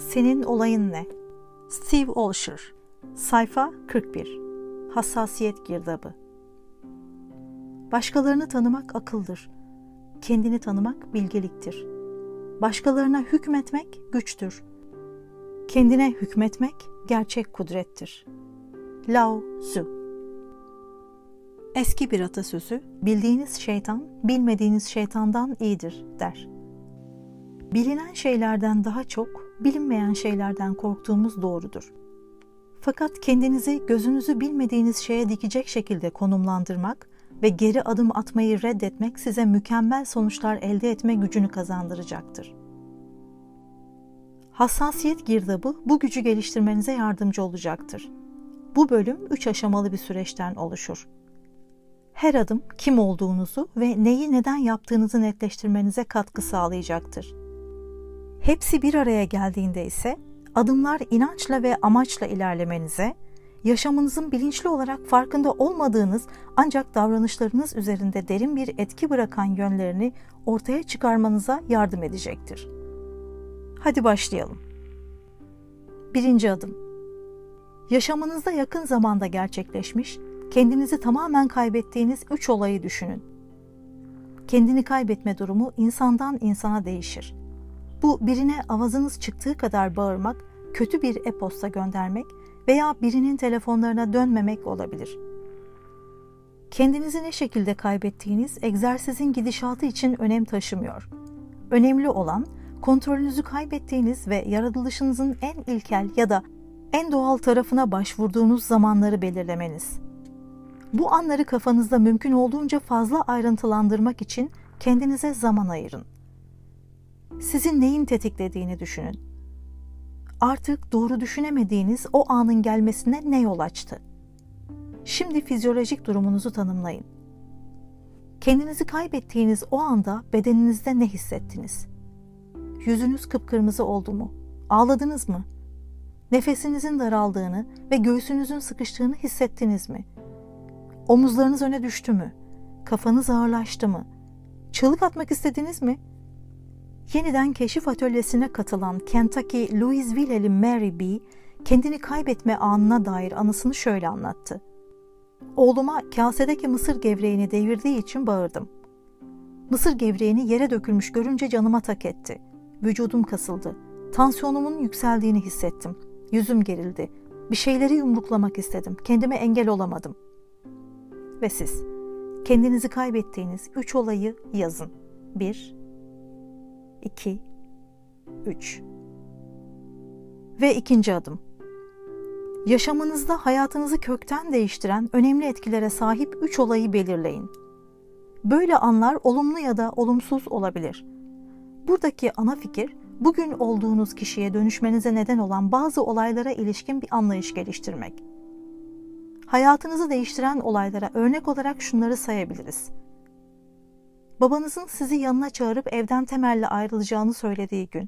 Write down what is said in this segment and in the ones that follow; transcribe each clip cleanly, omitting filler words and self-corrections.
Senin olayın ne? Steve Olsher. Sayfa 41. Hassasiyet girdabı. Başkalarını tanımak akıldır. Kendini tanımak bilgeliktir. Başkalarına hükmetmek güçtür. Kendine hükmetmek gerçek kudrettir. Lao Tzu. Eski bir atasözü, bildiğiniz şeytan, bilmediğiniz şeytandan iyidir der. Bilinen şeylerden daha çok, bilinmeyen şeylerden korktuğumuz doğrudur. Fakat kendinizi gözünüzü bilmediğiniz şeye dikecek şekilde konumlandırmak ve geri adım atmayı reddetmek size mükemmel sonuçlar elde etme gücünü kazandıracaktır. Hassasiyet girdabı bu gücü geliştirmenize yardımcı olacaktır. Bu bölüm 3 aşamalı bir süreçten oluşur. Her adım kim olduğunuzu ve neyi neden yaptığınızı netleştirmenize katkı sağlayacaktır. Hepsi bir araya geldiğinde ise adımlar inançla ve amaçla ilerlemenize, yaşamınızın bilinçli olarak farkında olmadığınız ancak davranışlarınız üzerinde derin bir etki bırakan yönlerini ortaya çıkarmanıza yardım edecektir. Hadi başlayalım. 1. adım. Yaşamınızda yakın zamanda gerçekleşmiş, kendinizi tamamen kaybettiğiniz 3 olayı düşünün. Kendini kaybetme durumu insandan insana değişir. Bu birine avazınız çıktığı kadar bağırmak, kötü bir e-posta göndermek veya birinin telefonlarına dönmemek olabilir. Kendinizi ne şekilde kaybettiğiniz egzersizin gidişatı için önem taşımıyor. Önemli olan kontrolünüzü kaybettiğiniz ve yaratılışınızın en ilkel ya da en doğal tarafına başvurduğunuz zamanları belirlemeniz. Bu anları kafanızda mümkün olduğunca fazla ayrıntılandırmak için kendinize zaman ayırın. Sizin neyin tetiklediğini düşünün. Artık doğru düşünemediğiniz o anın gelmesine ne yol açtı? Şimdi fizyolojik durumunuzu tanımlayın. Kendinizi kaybettiğiniz o anda bedeninizde ne hissettiniz? Yüzünüz kıpkırmızı oldu mu? Ağladınız mı? Nefesinizin daraldığını ve göğsünüzün sıkıştığını hissettiniz mi? Omuzlarınız öne düştü mü? Kafanız ağırlaştı mı? Çığlık atmak istediniz mi? Yeniden keşif atölyesine katılan Kentucky Louisville'li Mary B. kendini kaybetme anına dair anısını şöyle anlattı. Oğluma kasedeki mısır gevreğini devirdiği için bağırdım. Mısır gevreğini yere dökülmüş görünce canıma tak etti. Vücudum kasıldı. Tansiyonumun yükseldiğini hissettim. Yüzüm gerildi. Bir şeyleri yumruklamak istedim. Kendime engel olamadım. Ve siz, kendinizi kaybettiğiniz 3 olayı yazın. 1, 2, 3. Ve 2. adım. Yaşamınızda hayatınızı kökten değiştiren önemli etkilere sahip 3 olayı belirleyin. Böyle anlar olumlu ya da olumsuz olabilir. Buradaki ana fikir, bugün olduğunuz kişiye dönüşmenize neden olan bazı olaylara ilişkin bir anlayış geliştirmek. Hayatınızı değiştiren olaylara örnek olarak şunları sayabiliriz. Babanızın sizi yanına çağırıp evden temelli ayrılacağını söylediği gün.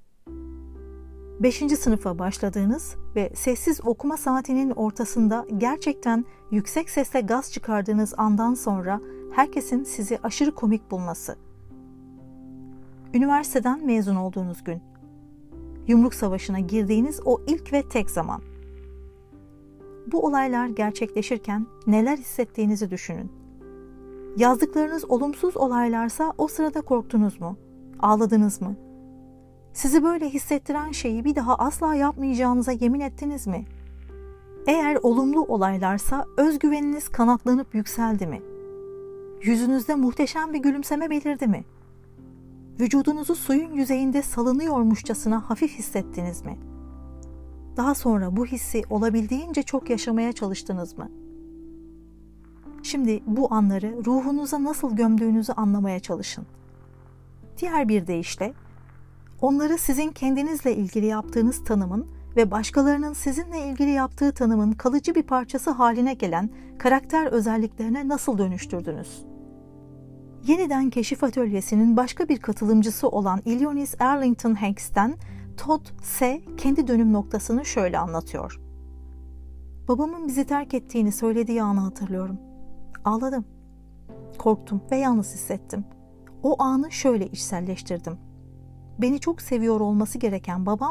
5. sınıfa başladığınız ve sessiz okuma saatinin ortasında gerçekten yüksek sesle gaz çıkardığınız andan sonra herkesin sizi aşırı komik bulması. Üniversiteden mezun olduğunuz gün. Yumruk savaşına girdiğiniz o ilk ve tek zaman. Bu olaylar gerçekleşirken neler hissettiğinizi düşünün. Yazdıklarınız olumsuz olaylarsa o sırada korktunuz mu? Ağladınız mı? Sizi böyle hissettiren şeyi bir daha asla yapmayacağınıza yemin ettiniz mi? Eğer olumlu olaylarsa özgüveniniz kanatlanıp yükseldi mi? Yüzünüzde muhteşem bir gülümseme belirdi mi? Vücudunuzu suyun yüzeyinde salınıyormuşçasına hafif hissettiniz mi? Daha sonra bu hissi olabildiğince çok yaşamaya çalıştınız mı? Şimdi bu anları ruhunuza nasıl gömdüğünüzü anlamaya çalışın. Diğer bir deyişle, onları sizin kendinizle ilgili yaptığınız tanımın ve başkalarının sizinle ilgili yaptığı tanımın kalıcı bir parçası haline gelen karakter özelliklerine nasıl dönüştürdünüz? Yeniden Keşif Atölyesi'nin başka bir katılımcısı olan Illinois Arlington Hanks'ten Todd S. kendi dönüm noktasını şöyle anlatıyor. Babamın bizi terk ettiğini söylediği anı hatırlıyorum. Ağladım. Korktum ve yalnız hissettim. O anı şöyle içselleştirdim. Beni çok seviyor olması gereken babam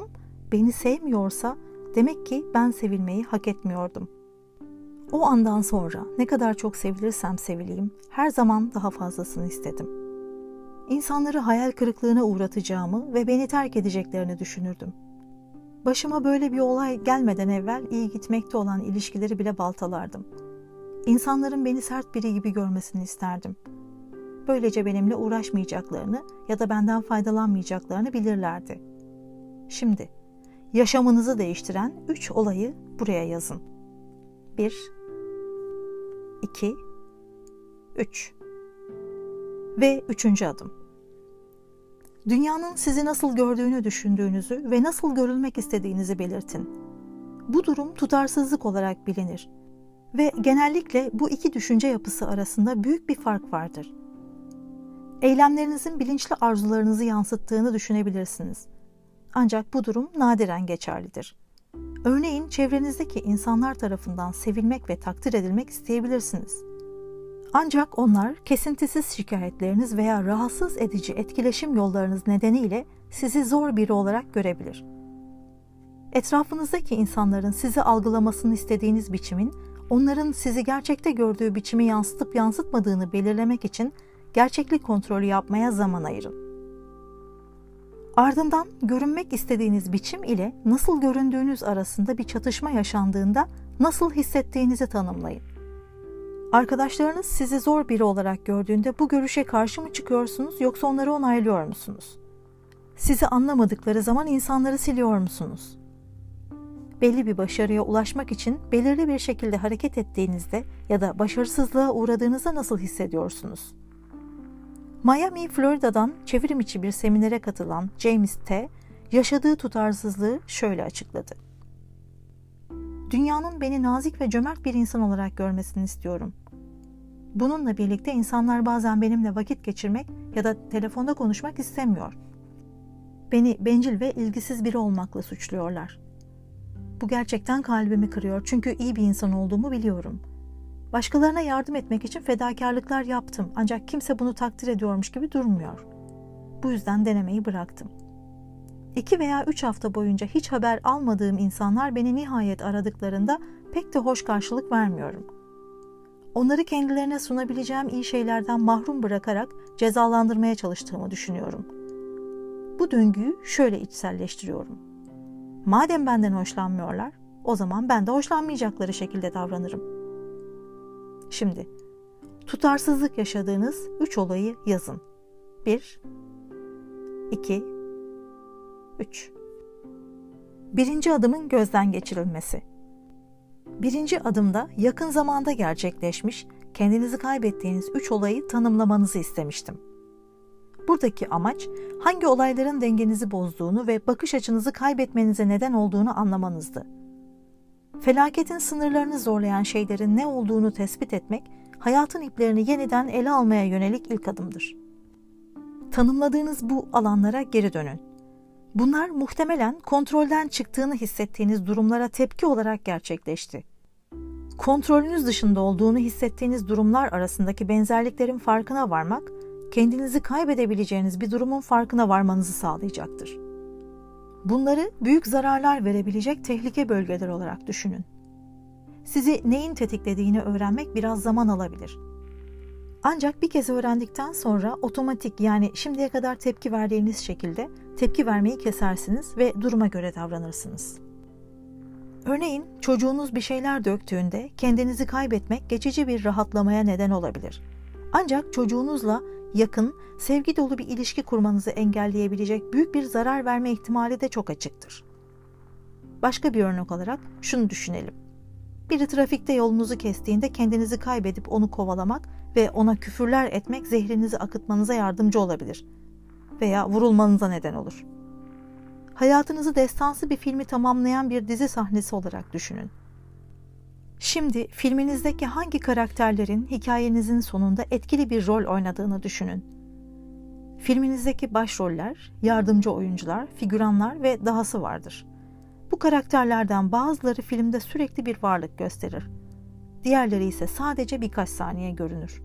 beni sevmiyorsa demek ki ben sevilmeyi hak etmiyordum. O andan sonra ne kadar çok sevilirsem sevileyim, her zaman daha fazlasını istedim. İnsanları hayal kırıklığına uğratacağımı ve beni terk edeceklerini düşünürdüm. Başıma böyle bir olay gelmeden evvel iyi gitmekte olan ilişkileri bile baltalardım. İnsanların beni sert biri gibi görmesini isterdim. Böylece benimle uğraşmayacaklarını ya da benden faydalanmayacaklarını bilirlerdi. Şimdi yaşamınızı değiştiren 3 olayı buraya yazın. 1, 2, 3. Ve 3. adım. Dünyanın sizi nasıl gördüğünü düşündüğünüzü ve nasıl görülmek istediğinizi belirtin. Bu durum tutarsızlık olarak bilinir ve genellikle bu iki düşünce yapısı arasında büyük bir fark vardır. Eylemlerinizin bilinçli arzularınızı yansıttığını düşünebilirsiniz. Ancak bu durum nadiren geçerlidir. Örneğin çevrenizdeki insanlar tarafından sevilmek ve takdir edilmek isteyebilirsiniz. Ancak onlar kesintisiz şikayetleriniz veya rahatsız edici etkileşim yollarınız nedeniyle sizi zor biri olarak görebilir. Etrafınızdaki insanların sizi algılamasını istediğiniz biçimin, onların sizi gerçekte gördüğü biçimi yansıtıp yansıtmadığını belirlemek için gerçeklik kontrolü yapmaya zaman ayırın. Ardından görünmek istediğiniz biçim ile nasıl göründüğünüz arasında bir çatışma yaşandığında nasıl hissettiğinizi tanımlayın. Arkadaşlarınız sizi zor biri olarak gördüğünde bu görüşe karşı mı çıkıyorsunuz yoksa onları onaylıyor musunuz? Sizi anlamadıkları zaman insanları siliyor musunuz? Belli bir başarıya ulaşmak için belirli bir şekilde hareket ettiğinizde ya da başarısızlığa uğradığınızda nasıl hissediyorsunuz? Miami, Florida'dan çevrim içi bir seminere katılan James T. yaşadığı tutarsızlığı şöyle açıkladı. Dünyanın beni nazik ve cömert bir insan olarak görmesini istiyorum. Bununla birlikte insanlar bazen benimle vakit geçirmek ya da telefonda konuşmak istemiyor. Beni bencil ve ilgisiz biri olmakla suçluyorlar. Bu gerçekten kalbimi kırıyor çünkü iyi bir insan olduğumu biliyorum. Başkalarına yardım etmek için fedakarlıklar yaptım ancak kimse bunu takdir ediyormuş gibi durmuyor. Bu yüzden denemeyi bıraktım. 2 veya 3 hafta boyunca hiç haber almadığım insanlar beni nihayet aradıklarında pek de hoş karşılık vermiyorum. Onları kendilerine sunabileceğim iyi şeylerden mahrum bırakarak cezalandırmaya çalıştığımı düşünüyorum. Bu döngüyü şöyle içselleştiriyorum. Madem benden hoşlanmıyorlar, o zaman ben de hoşlanmayacakları şekilde davranırım. Şimdi, tutarsızlık yaşadığınız 3 olayı yazın. 1, 2, 3. 1. adımın gözden geçirilmesi. 1. adımda yakın zamanda gerçekleşmiş, kendinizi kaybettiğiniz 3 olayı tanımlamanızı istemiştim. Buradaki amaç, hangi olayların dengenizi bozduğunu ve bakış açınızı kaybetmenize neden olduğunu anlamanızdı. Felaketin sınırlarını zorlayan şeylerin ne olduğunu tespit etmek, hayatın iplerini yeniden ele almaya yönelik ilk adımdır. Tanımladığınız bu alanlara geri dönün. Bunlar muhtemelen kontrolden çıktığını hissettiğiniz durumlara tepki olarak gerçekleşti. Kontrolünüz dışında olduğunu hissettiğiniz durumlar arasındaki benzerliklerin farkına varmak, kendinizi kaybedebileceğiniz bir durumun farkına varmanızı sağlayacaktır. Bunları büyük zararlar verebilecek tehlike bölgeler olarak düşünün. Sizi neyin tetiklediğini öğrenmek biraz zaman alabilir. Ancak bir kez öğrendikten sonra otomatik yani şimdiye kadar tepki verdiğiniz şekilde tepki vermeyi kesersiniz ve duruma göre davranırsınız. Örneğin çocuğunuz bir şeyler döktüğünde kendinizi kaybetmek geçici bir rahatlamaya neden olabilir. Ancak çocuğunuzla yakın, sevgi dolu bir ilişki kurmanızı engelleyebilecek büyük bir zarar verme ihtimali de çok açıktır. Başka bir örnek olarak şunu düşünelim. Biri trafikte yolunuzu kestiğinde kendinizi kaybedip onu kovalamak ve ona küfürler etmek zehrinizi akıtmanıza yardımcı olabilir veya vurulmanıza neden olur. Hayatınızı destansı bir filmi tamamlayan bir dizi sahnesi olarak düşünün. Şimdi filminizdeki hangi karakterlerin hikayenizin sonunda etkili bir rol oynadığını düşünün. Filminizdeki başroller, yardımcı oyuncular, figüranlar ve dahası vardır. Bu karakterlerden bazıları filmde sürekli bir varlık gösterir. Diğerleri ise sadece birkaç saniye görünür.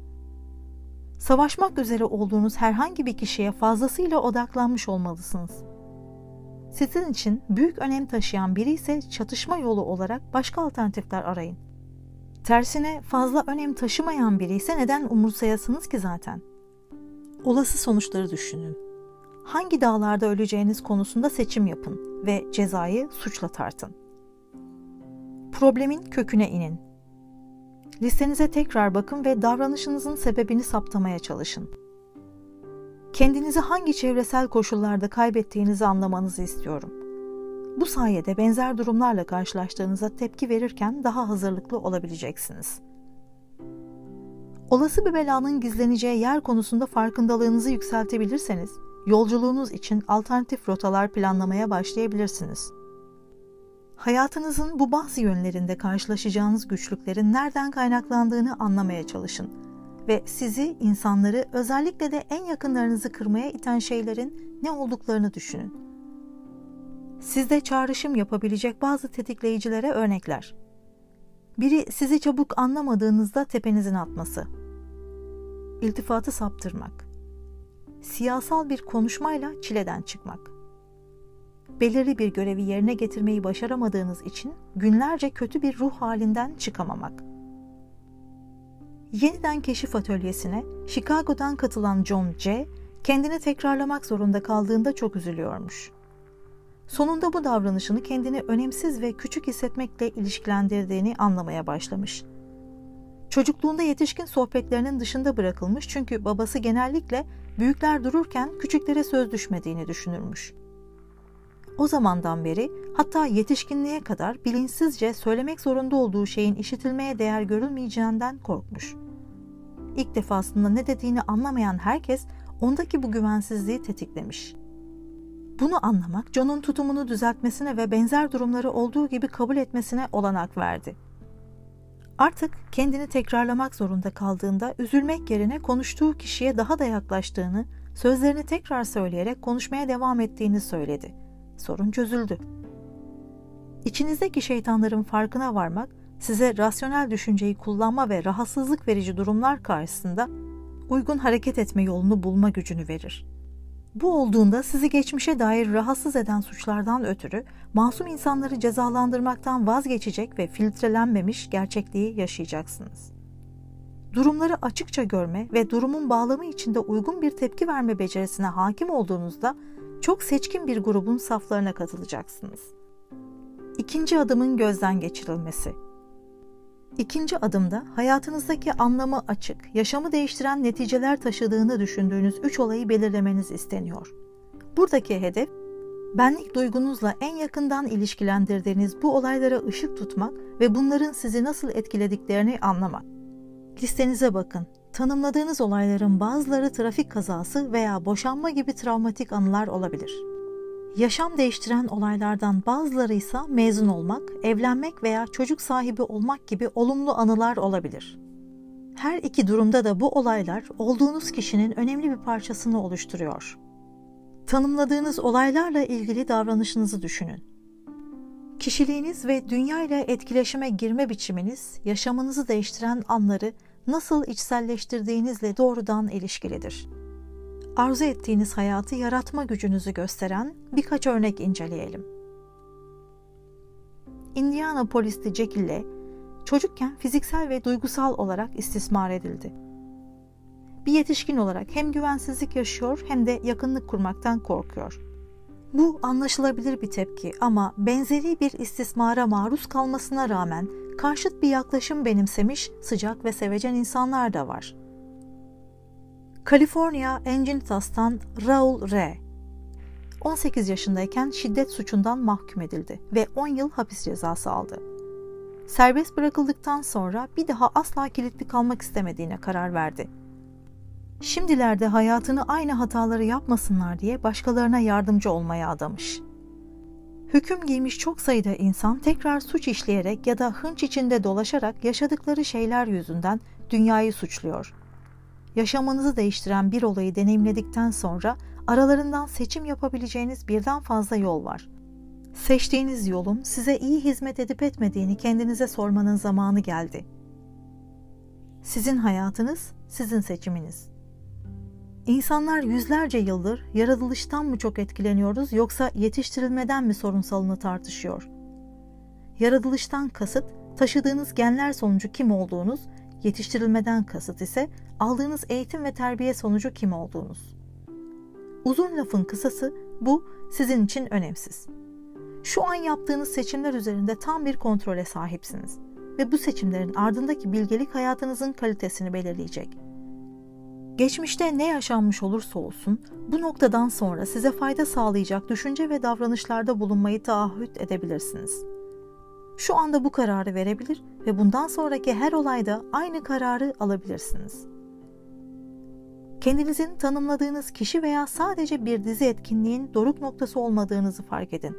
Savaşmak üzere olduğunuz herhangi bir kişiye fazlasıyla odaklanmış olmalısınız. Sizin için büyük önem taşıyan biri ise çatışma yolu olarak başka alternatifler arayın. Tersine fazla önem taşımayan biri ise neden umursayasınız ki zaten? Olası sonuçları düşünün. Hangi dağlarda öleceğiniz konusunda seçim yapın ve cezayı suçla tartın. Problemin köküne inin. Listenize tekrar bakın ve davranışınızın sebebini saptamaya çalışın. Kendinizi hangi çevresel koşullarda kaybettiğinizi anlamanızı istiyorum. Bu sayede benzer durumlarla karşılaştığınızda tepki verirken daha hazırlıklı olabileceksiniz. Olası bir belanın gizleneceği yer konusunda farkındalığınızı yükseltebilirseniz, yolculuğunuz için alternatif rotalar planlamaya başlayabilirsiniz. Hayatınızın bu bazı yönlerinde karşılaşacağınız güçlüklerin nereden kaynaklandığını anlamaya çalışın ve sizi, insanları, özellikle de en yakınlarınızı kırmaya iten şeylerin ne olduklarını düşünün. Sizde çağrışım yapabilecek bazı tetikleyicilere örnekler. Biri, sizi çabuk anlamadığınızda tepenizin atması. İltifatı saptırmak. Siyasal bir konuşmayla çileden çıkmak. Belirli bir görevi yerine getirmeyi başaramadığınız için günlerce kötü bir ruh halinden çıkamamak. Yeniden keşif atölyesine Chicago'dan katılan John C. kendini tekrarlamak zorunda kaldığında çok üzülüyormuş. Sonunda bu davranışını kendini önemsiz ve küçük hissetmekle ilişkilendirdiğini anlamaya başlamış. Çocukluğunda yetişkin sohbetlerinin dışında bırakılmış çünkü babası genellikle büyükler dururken küçüklere söz düşmediğini düşünürmüş. O zamandan beri, hatta yetişkinliğe kadar bilinçsizce söylemek zorunda olduğu şeyin işitilmeye değer görülmeyeceğinden korkmuş. İlk defasında ne dediğini anlamayan herkes ondaki bu güvensizliği tetiklemiş. Bunu anlamak, John'un tutumunu düzeltmesine ve benzer durumları olduğu gibi kabul etmesine olanak verdi. Artık kendini tekrarlamak zorunda kaldığında üzülmek yerine konuştuğu kişiye daha da yaklaştığını, sözlerini tekrar söyleyerek konuşmaya devam ettiğini söyledi. Sorun çözüldü. İçinizdeki şeytanların farkına varmak, size rasyonel düşünceyi kullanma ve rahatsızlık verici durumlar karşısında uygun hareket etme yolunu bulma gücünü verir. Bu olduğunda sizi geçmişe dair rahatsız eden suçlardan ötürü masum insanları cezalandırmaktan vazgeçecek ve filtrelenmemiş gerçekliği yaşayacaksınız. Durumları açıkça görme ve durumun bağlamı içinde uygun bir tepki verme becerisine hakim olduğunuzda çok seçkin bir grubun saflarına katılacaksınız. İkinci adımın gözden geçirilmesi. İkinci adımda hayatınızdaki anlamı açık, yaşamı değiştiren neticeler taşıdığını düşündüğünüz 3 olayı belirlemeniz isteniyor. Buradaki hedef, benlik duygunuzla en yakından ilişkilendirdiğiniz bu olaylara ışık tutmak ve bunların sizi nasıl etkilediklerini anlamak. Listenize bakın. Tanımladığınız olayların bazıları trafik kazası veya boşanma gibi travmatik anılar olabilir. Yaşam değiştiren olaylardan bazıları ise mezun olmak, evlenmek veya çocuk sahibi olmak gibi olumlu anılar olabilir. Her iki durumda da bu olaylar olduğunuz kişinin önemli bir parçasını oluşturuyor. Tanımladığınız olaylarla ilgili davranışınızı düşünün. Kişiliğiniz ve dünya ile etkileşime girme biçiminiz, yaşamınızı değiştiren anları nasıl içselleştirdiğinizle doğrudan ilişkilidir. Arzu ettiğiniz hayatı yaratma gücünüzü gösteren birkaç örnek inceleyelim. Indianapolis'te Jekyll çocukken fiziksel ve duygusal olarak istismar edildi. Bir yetişkin olarak hem güvensizlik yaşıyor hem de yakınlık kurmaktan korkuyor. Bu anlaşılabilir bir tepki ama benzeri bir istismara maruz kalmasına rağmen karşıt bir yaklaşım benimsemiş sıcak ve sevecen insanlar da var. Kaliforniya Encinitas'tan Raul R. 18 yaşındayken şiddet suçundan mahkum edildi ve 10 yıl hapis cezası aldı. Serbest bırakıldıktan sonra bir daha asla kilitli kalmak istemediğine karar verdi. Şimdilerde hayatını aynı hataları yapmasınlar diye başkalarına yardımcı olmaya adamış. Hüküm giymiş çok sayıda insan tekrar suç işleyerek ya da hınç içinde dolaşarak yaşadıkları şeyler yüzünden dünyayı suçluyor. Yaşamınızı değiştiren bir olayı deneyimledikten sonra aralarından seçim yapabileceğiniz birden fazla yol var. Seçtiğiniz yolun size iyi hizmet edip etmediğini kendinize sormanın zamanı geldi. Sizin hayatınız, sizin seçiminiz. İnsanlar yüzlerce yıldır yaratılıştan mı çok etkileniyoruz yoksa yetiştirilmeden mi sorunsalını tartışıyor. Yaratılıştan kasıt taşıdığınız genler sonucu kim olduğunuz, yetiştirilmeden kasıt ise aldığınız eğitim ve terbiye sonucu kim olduğunuz. Uzun lafın kısası bu sizin için önemsiz. Şu an yaptığınız seçimler üzerinde tam bir kontrole sahipsiniz ve bu seçimlerin ardındaki bilgelik hayatınızın kalitesini belirleyecek. Geçmişte ne yaşanmış olursa olsun bu noktadan sonra size fayda sağlayacak düşünce ve davranışlarda bulunmayı taahhüt edebilirsiniz. Şu anda bu kararı verebilir ve bundan sonraki her olayda aynı kararı alabilirsiniz. Kendinizin tanımladığınız kişi veya sadece bir dizi etkinliğin doruk noktası olmadığınızı fark edin.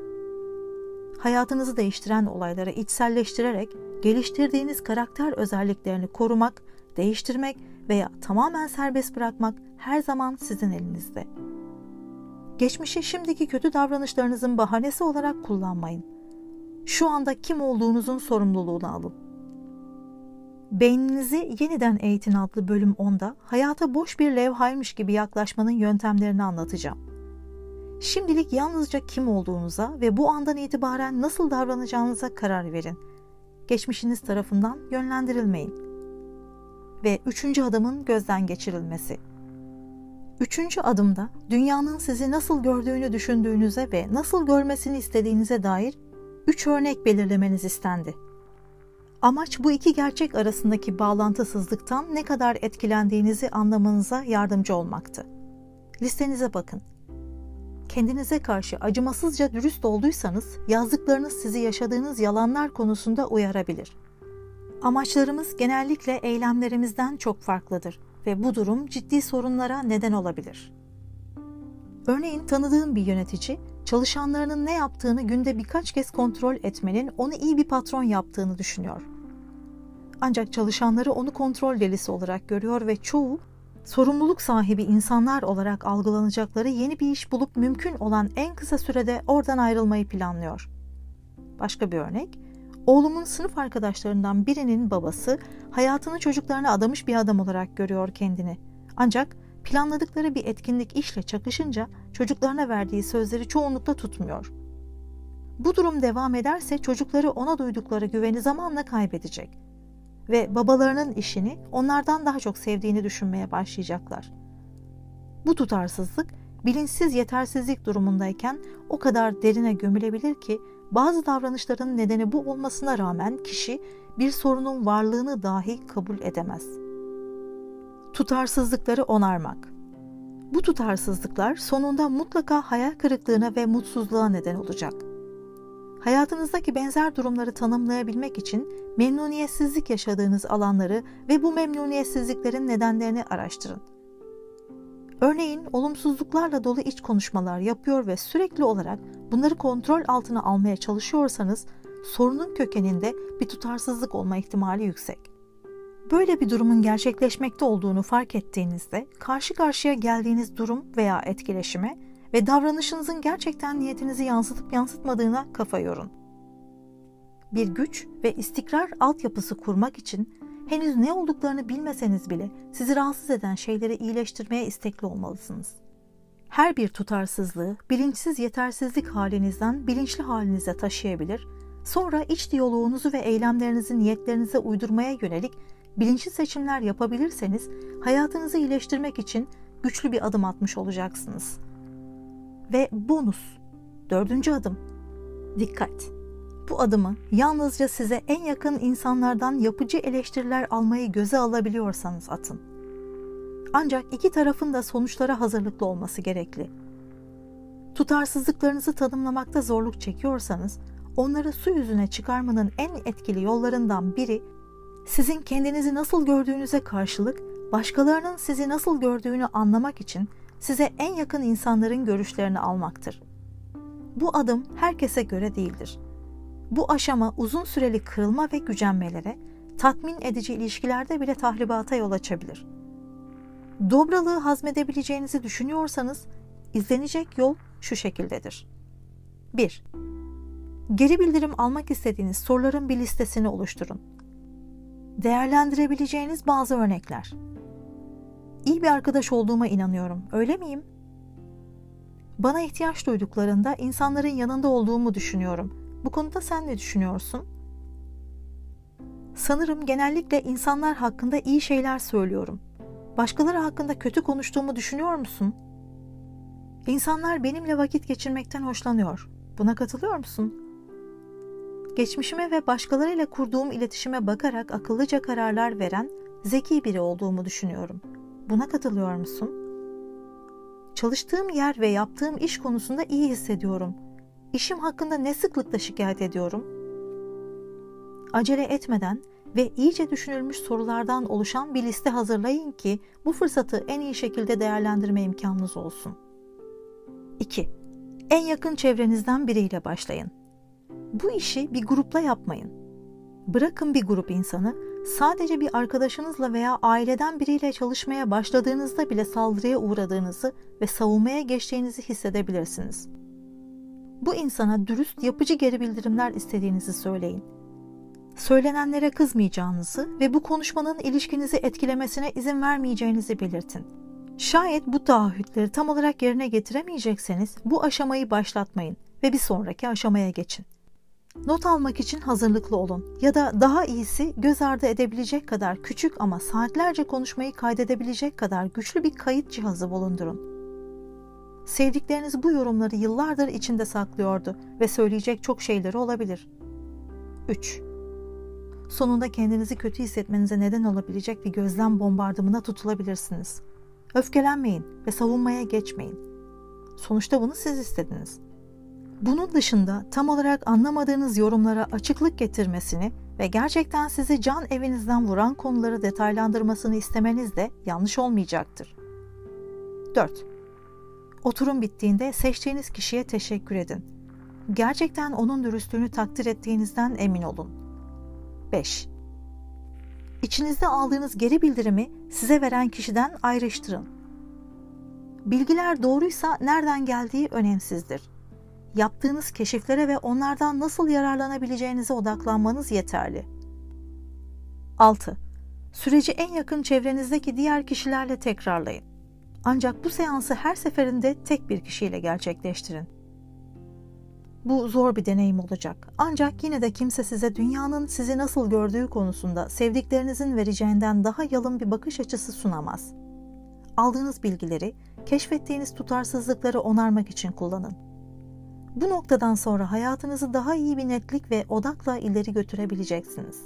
Hayatınızı değiştiren olaylara içselleştirerek geliştirdiğiniz karakter özelliklerini korumak, değiştirmek veya tamamen serbest bırakmak her zaman sizin elinizde. Geçmişi şimdiki kötü davranışlarınızın bahanesi olarak kullanmayın. Şu anda kim olduğunuzun sorumluluğunu alın. Beyninizi yeniden eğitin adlı bölüm 10'da hayata boş bir levhaymış gibi yaklaşmanın yöntemlerini anlatacağım. Şimdilik yalnızca kim olduğunuza ve bu andan itibaren nasıl davranacağınıza karar verin. Geçmişiniz tarafından yönlendirilmeyin. Ve 3. adımın gözden geçirilmesi. 3. adımda dünyanın sizi nasıl gördüğünü düşündüğünüze ve nasıl görmesini istediğinize dair 3 örnek belirlemeniz istendi. Amaç bu iki gerçek arasındaki bağlantısızlıktan ne kadar etkilendiğinizi anlamanıza yardımcı olmaktı. Listenize bakın. Kendinize karşı acımasızca dürüst olduysanız yazdıklarınız sizi yaşadığınız yalanlar konusunda uyarabilir. Amaçlarımız genellikle eylemlerimizden çok farklıdır ve bu durum ciddi sorunlara neden olabilir. Örneğin tanıdığım bir yönetici, çalışanlarının ne yaptığını günde birkaç kez kontrol etmenin onu iyi bir patron yaptığını düşünüyor. Ancak çalışanları onu kontrol delisi olarak görüyor ve çoğu, sorumluluk sahibi insanlar olarak algılanacakları yeni bir iş bulup mümkün olan en kısa sürede oradan ayrılmayı planlıyor. Başka bir örnek, oğlumun sınıf arkadaşlarından birinin babası hayatını çocuklarına adamış bir adam olarak görüyor kendini. Ancak planladıkları bir etkinlik işle çakışınca çocuklarına verdiği sözleri çoğunlukla tutmuyor. Bu durum devam ederse çocukları ona duydukları güveni zamanla kaybedecek ve babalarının işini onlardan daha çok sevdiğini düşünmeye başlayacaklar. Bu tutarsızlık bilinçsiz yetersizlik durumundayken o kadar derine gömülebilir ki bazı davranışların nedeni bu olmasına rağmen kişi bir sorunun varlığını dahi kabul edemez. Tutarsızlıkları onarmak. Bu tutarsızlıklar sonunda mutlaka hayal kırıklığına ve mutsuzluğa neden olacak. Hayatınızdaki benzer durumları tanımlayabilmek için memnuniyetsizlik yaşadığınız alanları ve bu memnuniyetsizliklerin nedenlerini araştırın. Örneğin olumsuzluklarla dolu iç konuşmalar yapıyor ve sürekli olarak bunları kontrol altına almaya çalışıyorsanız sorunun kökeninde bir tutarsızlık olma ihtimali yüksek. Böyle bir durumun gerçekleşmekte olduğunu fark ettiğinizde karşı karşıya geldiğiniz durum veya etkileşime ve davranışınızın gerçekten niyetinizi yansıtıp yansıtmadığına kafa yorun. Bir güç ve istikrar altyapısı kurmak için henüz ne olduklarını bilmeseniz bile sizi rahatsız eden şeyleri iyileştirmeye istekli olmalısınız. Her bir tutarsızlığı bilinçsiz yetersizlik halinizden bilinçli halinize taşıyabilir, sonra iç diyaloğunuzu ve eylemlerinizi niyetlerinize uydurmaya yönelik bilinçli seçimler yapabilirseniz hayatınızı iyileştirmek için güçlü bir adım atmış olacaksınız. Ve bonus, 4. adım. Dikkat! Bu adımı yalnızca size en yakın insanlardan yapıcı eleştiriler almayı göze alabiliyorsanız atın. Ancak iki tarafın da sonuçlara hazırlıklı olması gerekli. Tutarsızlıklarınızı tanımlamakta zorluk çekiyorsanız, onları su yüzüne çıkarmanın en etkili yollarından biri, sizin kendinizi nasıl gördüğünüze karşılık, başkalarının sizi nasıl gördüğünü anlamak için size en yakın insanların görüşlerini almaktır. Bu adım herkese göre değildir. Bu aşama uzun süreli kırılma ve gücenmelere, tatmin edici ilişkilerde bile tahribata yol açabilir. Dobralığı hazmedebileceğinizi düşünüyorsanız, izlenecek yol şu şekildedir. 1. Geri bildirim almak istediğiniz soruların bir listesini oluşturun. Değerlendirebileceğiniz bazı örnekler. İyi bir arkadaş olduğuma inanıyorum. Öyle miyim? Bana ihtiyaç duyduklarında insanların yanında olduğumu düşünüyorum. Bu konuda sen ne düşünüyorsun? Sanırım genellikle insanlar hakkında iyi şeyler söylüyorum. Başkaları hakkında kötü konuştuğumu düşünüyor musun? İnsanlar benimle vakit geçirmekten hoşlanıyor. Buna katılıyor musun? Geçmişime ve başkalarıyla kurduğum iletişime bakarak akıllıca kararlar veren, zeki biri olduğumu düşünüyorum. Buna katılıyor musun? Çalıştığım yer ve yaptığım iş konusunda iyi hissediyorum. İşim hakkında ne sıklıkla şikayet ediyorum? Acele etmeden ve iyice düşünülmüş sorulardan oluşan bir liste hazırlayın ki bu fırsatı en iyi şekilde değerlendirme imkanınız olsun. 2. En yakın çevrenizden biriyle başlayın. Bu işi bir grupla yapmayın. Bırakın bir grup insanı, sadece bir arkadaşınızla veya aileden biriyle çalışmaya başladığınızda bile saldırıya uğradığınızı ve savunmaya geçtiğinizi hissedebilirsiniz. Bu insana dürüst, yapıcı geri bildirimler istediğinizi söyleyin. Söylenenlere kızmayacağınızı ve bu konuşmanın ilişkinizi etkilemesine izin vermeyeceğinizi belirtin. Şayet bu taahhütleri tam olarak yerine getiremeyecekseniz bu aşamayı başlatmayın ve bir sonraki aşamaya geçin. Not almak için hazırlıklı olun ya da daha iyisi göz ardı edebilecek kadar küçük ama saatlerce konuşmayı kaydedebilecek kadar güçlü bir kayıt cihazı bulundurun. Sevdikleriniz bu yorumları yıllardır içinde saklıyordu ve söyleyecek çok şeyleri olabilir. 3. Sonunda kendinizi kötü hissetmenize neden olabilecek bir gözlem bombardımına tutulabilirsiniz. Öfkelenmeyin ve savunmaya geçmeyin. Sonuçta bunu siz istediniz. Bunun dışında tam olarak anlamadığınız yorumlara açıklık getirmesini ve gerçekten sizi can evinizden vuran konuları detaylandırmasını istemeniz de yanlış olmayacaktır. 4. Oturum bittiğinde seçtiğiniz kişiye teşekkür edin. Gerçekten onun dürüstlüğünü takdir ettiğinizden emin olun. 5. İçinizde aldığınız geri bildirimi size veren kişiden ayrıştırın. Bilgiler doğruysa nereden geldiği önemsizdir. Yaptığınız keşiflere ve onlardan nasıl yararlanabileceğinize odaklanmanız yeterli. 6. Süreci en yakın çevrenizdeki diğer kişilerle tekrarlayın. Ancak bu seansı her seferinde tek bir kişiyle gerçekleştirin. Bu zor bir deneyim olacak. Ancak yine de kimse size dünyanın sizi nasıl gördüğü konusunda sevdiklerinizin vereceğinden daha yalın bir bakış açısı sunamaz. Aldığınız bilgileri, keşfettiğiniz tutarsızlıkları onarmak için kullanın. Bu noktadan sonra hayatınızı daha iyi bir netlik ve odakla ileri götürebileceksiniz.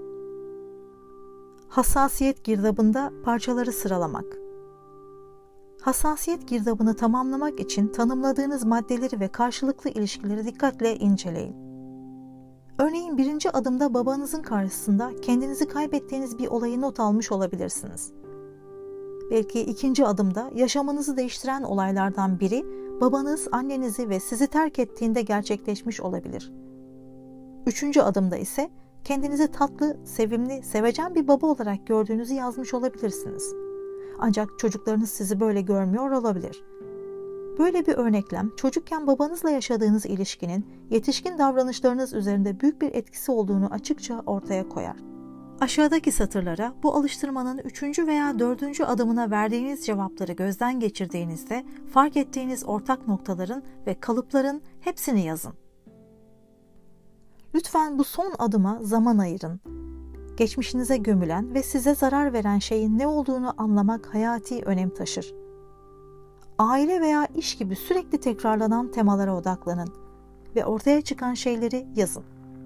Hassasiyet girdabında parçaları sıralamak. Hassasiyet girdabını tamamlamak için tanımladığınız maddeleri ve karşılıklı ilişkileri dikkatle inceleyin. Örneğin 1. adımda babanızın karşısında kendinizi kaybettiğiniz bir olayı not almış olabilirsiniz. Belki 2. adımda yaşamınızı değiştiren olaylardan biri babanız, annenizi ve sizi terk ettiğinde gerçekleşmiş olabilir. 3. adımda ise kendinizi tatlı, sevimli, sevecen bir baba olarak gördüğünüzü yazmış olabilirsiniz. Ancak çocuklarınız sizi böyle görmüyor olabilir. Böyle bir örneklem, çocukken babanızla yaşadığınız ilişkinin yetişkin davranışlarınız üzerinde büyük bir etkisi olduğunu açıkça ortaya koyar. Aşağıdaki satırlara bu alıştırmanın 3. veya 4. adımına verdiğiniz cevapları gözden geçirdiğinizde fark ettiğiniz ortak noktaların ve kalıpların hepsini yazın. Lütfen bu son adıma zaman ayırın. Geçmişinize gömülen ve size zarar veren şeyin ne olduğunu anlamak hayati önem taşır. Aile veya iş gibi sürekli tekrarlanan temalara odaklanın ve ortaya çıkan şeyleri yazın.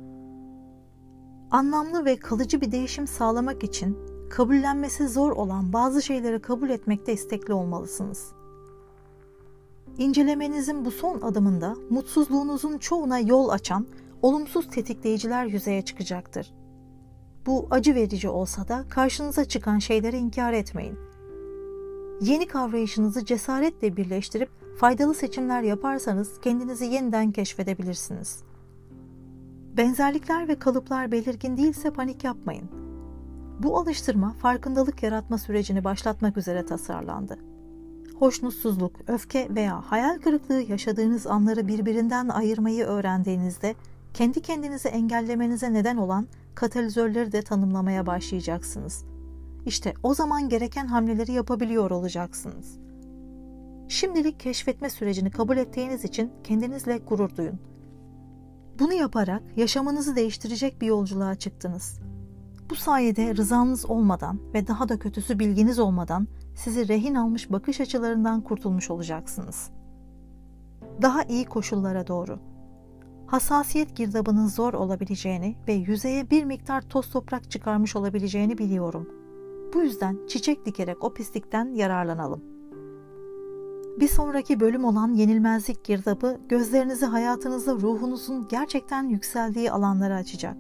Anlamlı ve kalıcı bir değişim sağlamak için kabullenmesi zor olan bazı şeyleri kabul etmekte istekli olmalısınız. İncelemenizin bu son adımında mutsuzluğunuzun çoğuna yol açan olumsuz tetikleyiciler yüzeye çıkacaktır. Bu acı verici olsa da karşınıza çıkan şeyleri inkar etmeyin. Yeni kavrayışınızı cesaretle birleştirip faydalı seçimler yaparsanız kendinizi yeniden keşfedebilirsiniz. Benzerlikler ve kalıplar belirgin değilse panik yapmayın. Bu alıştırma farkındalık yaratma sürecini başlatmak üzere tasarlandı. Hoşnutsuzluk, öfke veya hayal kırıklığı yaşadığınız anları birbirinden ayırmayı öğrendiğinizde kendi kendinizi engellemenize neden olan katalizörleri de tanımlamaya başlayacaksınız. İşte o zaman gereken hamleleri yapabiliyor olacaksınız. Şimdilik keşfetme sürecini kabul ettiğiniz için kendinizle gurur duyun. Bunu yaparak yaşamınızı değiştirecek bir yolculuğa çıktınız. Bu sayede rızanız olmadan ve daha da kötüsü bilginiz olmadan sizi rehin almış bakış açılarından kurtulmuş olacaksınız. Daha iyi koşullara doğru. Hassasiyet girdabının zor olabileceğini ve yüzeye bir miktar toz toprak çıkarmış olabileceğini biliyorum. Bu yüzden çiçek dikerek o pislikten yararlanalım. Bir sonraki bölüm olan yenilmezlik girdabı gözlerinizi hayatınızda ruhunuzun gerçekten yükseldiği alanlara açacak.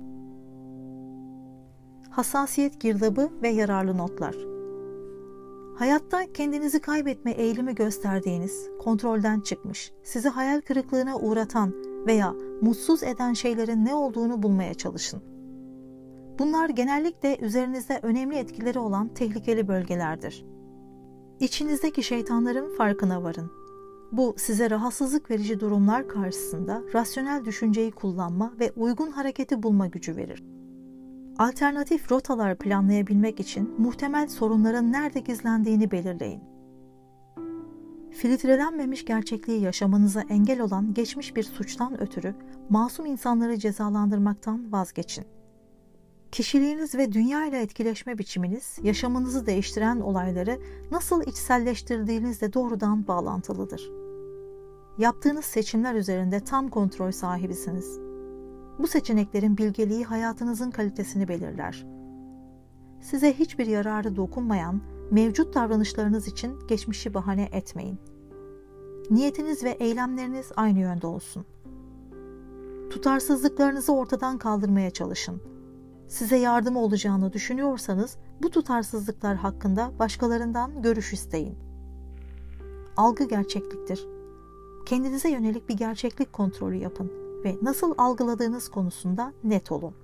Hassasiyet girdabı ve yararlı notlar. Hayatta kendinizi kaybetme eğilimi gösterdiğiniz, kontrolden çıkmış, sizi hayal kırıklığına uğratan veya mutsuz eden şeylerin ne olduğunu bulmaya çalışın. Bunlar genellikle üzerinizde önemli etkileri olan tehlikeli bölgelerdir. İçinizdeki şeytanların farkına varın. Bu size rahatsızlık verici durumlar karşısında rasyonel düşünceyi kullanma ve uygun hareketi bulma gücü verir. Alternatif rotalar planlayabilmek için muhtemel sorunların nerede gizlendiğini belirleyin. Filtrelenmemiş gerçekliği yaşamanıza engel olan geçmiş bir suçtan ötürü masum insanları cezalandırmaktan vazgeçin. Kişiliğiniz ve dünya ile etkileşme biçiminiz, yaşamınızı değiştiren olayları nasıl içselleştirdiğinizle doğrudan bağlantılıdır. Yaptığınız seçimler üzerinde tam kontrol sahibisiniz. Bu seçeneklerin bilgeliği hayatınızın kalitesini belirler. Size hiçbir yararı dokunmayan, mevcut davranışlarınız için geçmişi bahane etmeyin. Niyetiniz ve eylemleriniz aynı yönde olsun. Tutarsızlıklarınızı ortadan kaldırmaya çalışın. Size yardımı olacağını düşünüyorsanız bu tutarsızlıklar hakkında başkalarından görüş isteyin. Algı gerçekliktir. Kendinize yönelik bir gerçeklik kontrolü yapın ve nasıl algıladığınız konusunda net olun.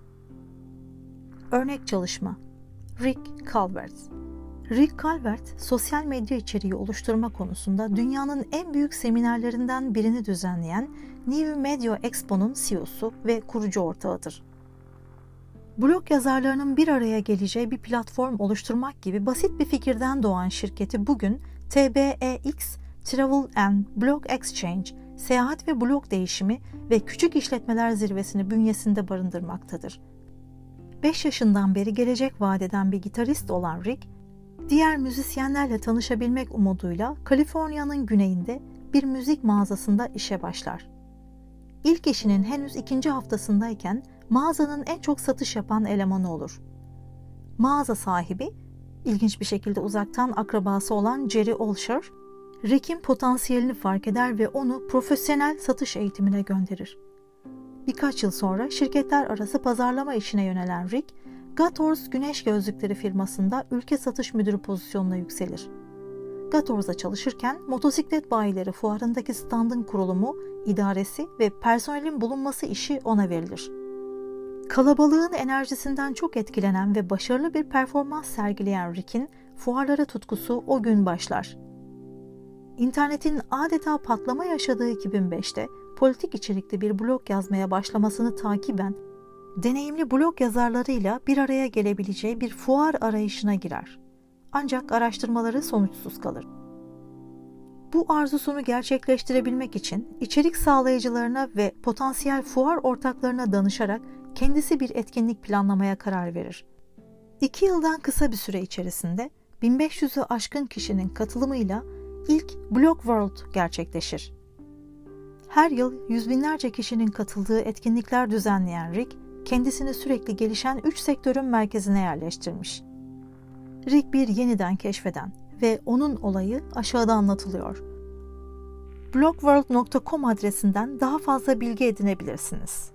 Örnek çalışma. Rick Calvert. Rick Calvert, sosyal medya içeriği oluşturma konusunda dünyanın en büyük seminerlerinden birini düzenleyen New Media Expo'nun CEO'su ve kurucu ortağıdır. Blog yazarlarının bir araya geleceği bir platform oluşturmak gibi basit bir fikirden doğan şirketi bugün TBEX, Travel and Blog Exchange, seyahat ve blog değişimi ve küçük işletmeler zirvesini bünyesinde barındırmaktadır. 5 yaşından beri gelecek vaat eden bir gitarist olan Rick, diğer müzisyenlerle tanışabilmek umuduyla Kaliforniya'nın güneyinde bir müzik mağazasında işe başlar. İlk işinin henüz 2. haftasındayken mağazanın en çok satış yapan elemanı olur. Mağaza sahibi, ilginç bir şekilde uzaktan akrabası olan Jerry Olsher, Rick'in potansiyelini fark eder ve onu profesyonel satış eğitimine gönderir. Birkaç yıl sonra şirketler arası pazarlama işine yönelen Rick, Gatorz güneş gözlükleri firmasında ülke satış müdürü pozisyonuna yükselir. Gatorz'da çalışırken motosiklet bayileri fuarındaki standın kurulumu, idaresi ve personelin bulunması işi ona verilir. Kalabalığın enerjisinden çok etkilenen ve başarılı bir performans sergileyen Rick'in fuarlara tutkusu o gün başlar. İnternetin adeta patlama yaşadığı 2005'te politik içerikli bir blog yazmaya başlamasını takiben deneyimli blog yazarlarıyla bir araya gelebileceği bir fuar arayışına girer. Ancak araştırmaları sonuçsuz kalır. Bu arzusunu gerçekleştirebilmek için içerik sağlayıcılarına ve potansiyel fuar ortaklarına danışarak kendisi bir etkinlik planlamaya karar verir. 2 yıldan kısa bir süre içerisinde 1500'ü aşkın kişinin katılımıyla ilk Blog World gerçekleşir. Her yıl yüz binlerce kişinin katıldığı etkinlikler düzenleyen Rick, kendisini sürekli gelişen 3 sektörün merkezine yerleştirmiş. Rick bir yeniden keşfeden ve onun olayı aşağıda anlatılıyor. blogworld.com adresinden daha fazla bilgi edinebilirsiniz.